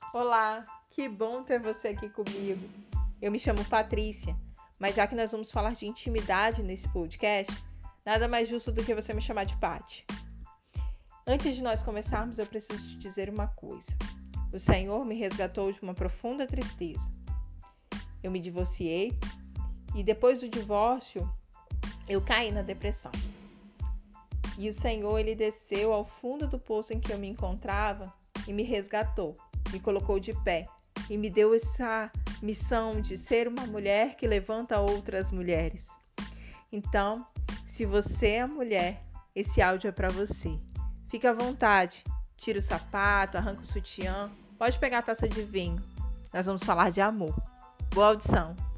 Olá, que bom ter você aqui comigo. Eu me chamo Patrícia, mas já que nós vamos falar de intimidade nesse podcast, nada mais justo do que você me chamar de Paty. Antes de nós começarmos, eu preciso te dizer uma coisa. O Senhor me resgatou de uma profunda tristeza. Eu me divorciei e depois do divórcio, eu caí na depressão. E o Senhor, ele desceu ao fundo do poço em que eu me encontrava e me resgatou, me colocou de pé e me deu essa missão de ser uma mulher que levanta outras mulheres. Então, se você é mulher, esse áudio é para você. Fique à vontade, tira o sapato, arranca o sutiã, pode pegar a taça de vinho. Nós vamos falar de amor. Boa audição!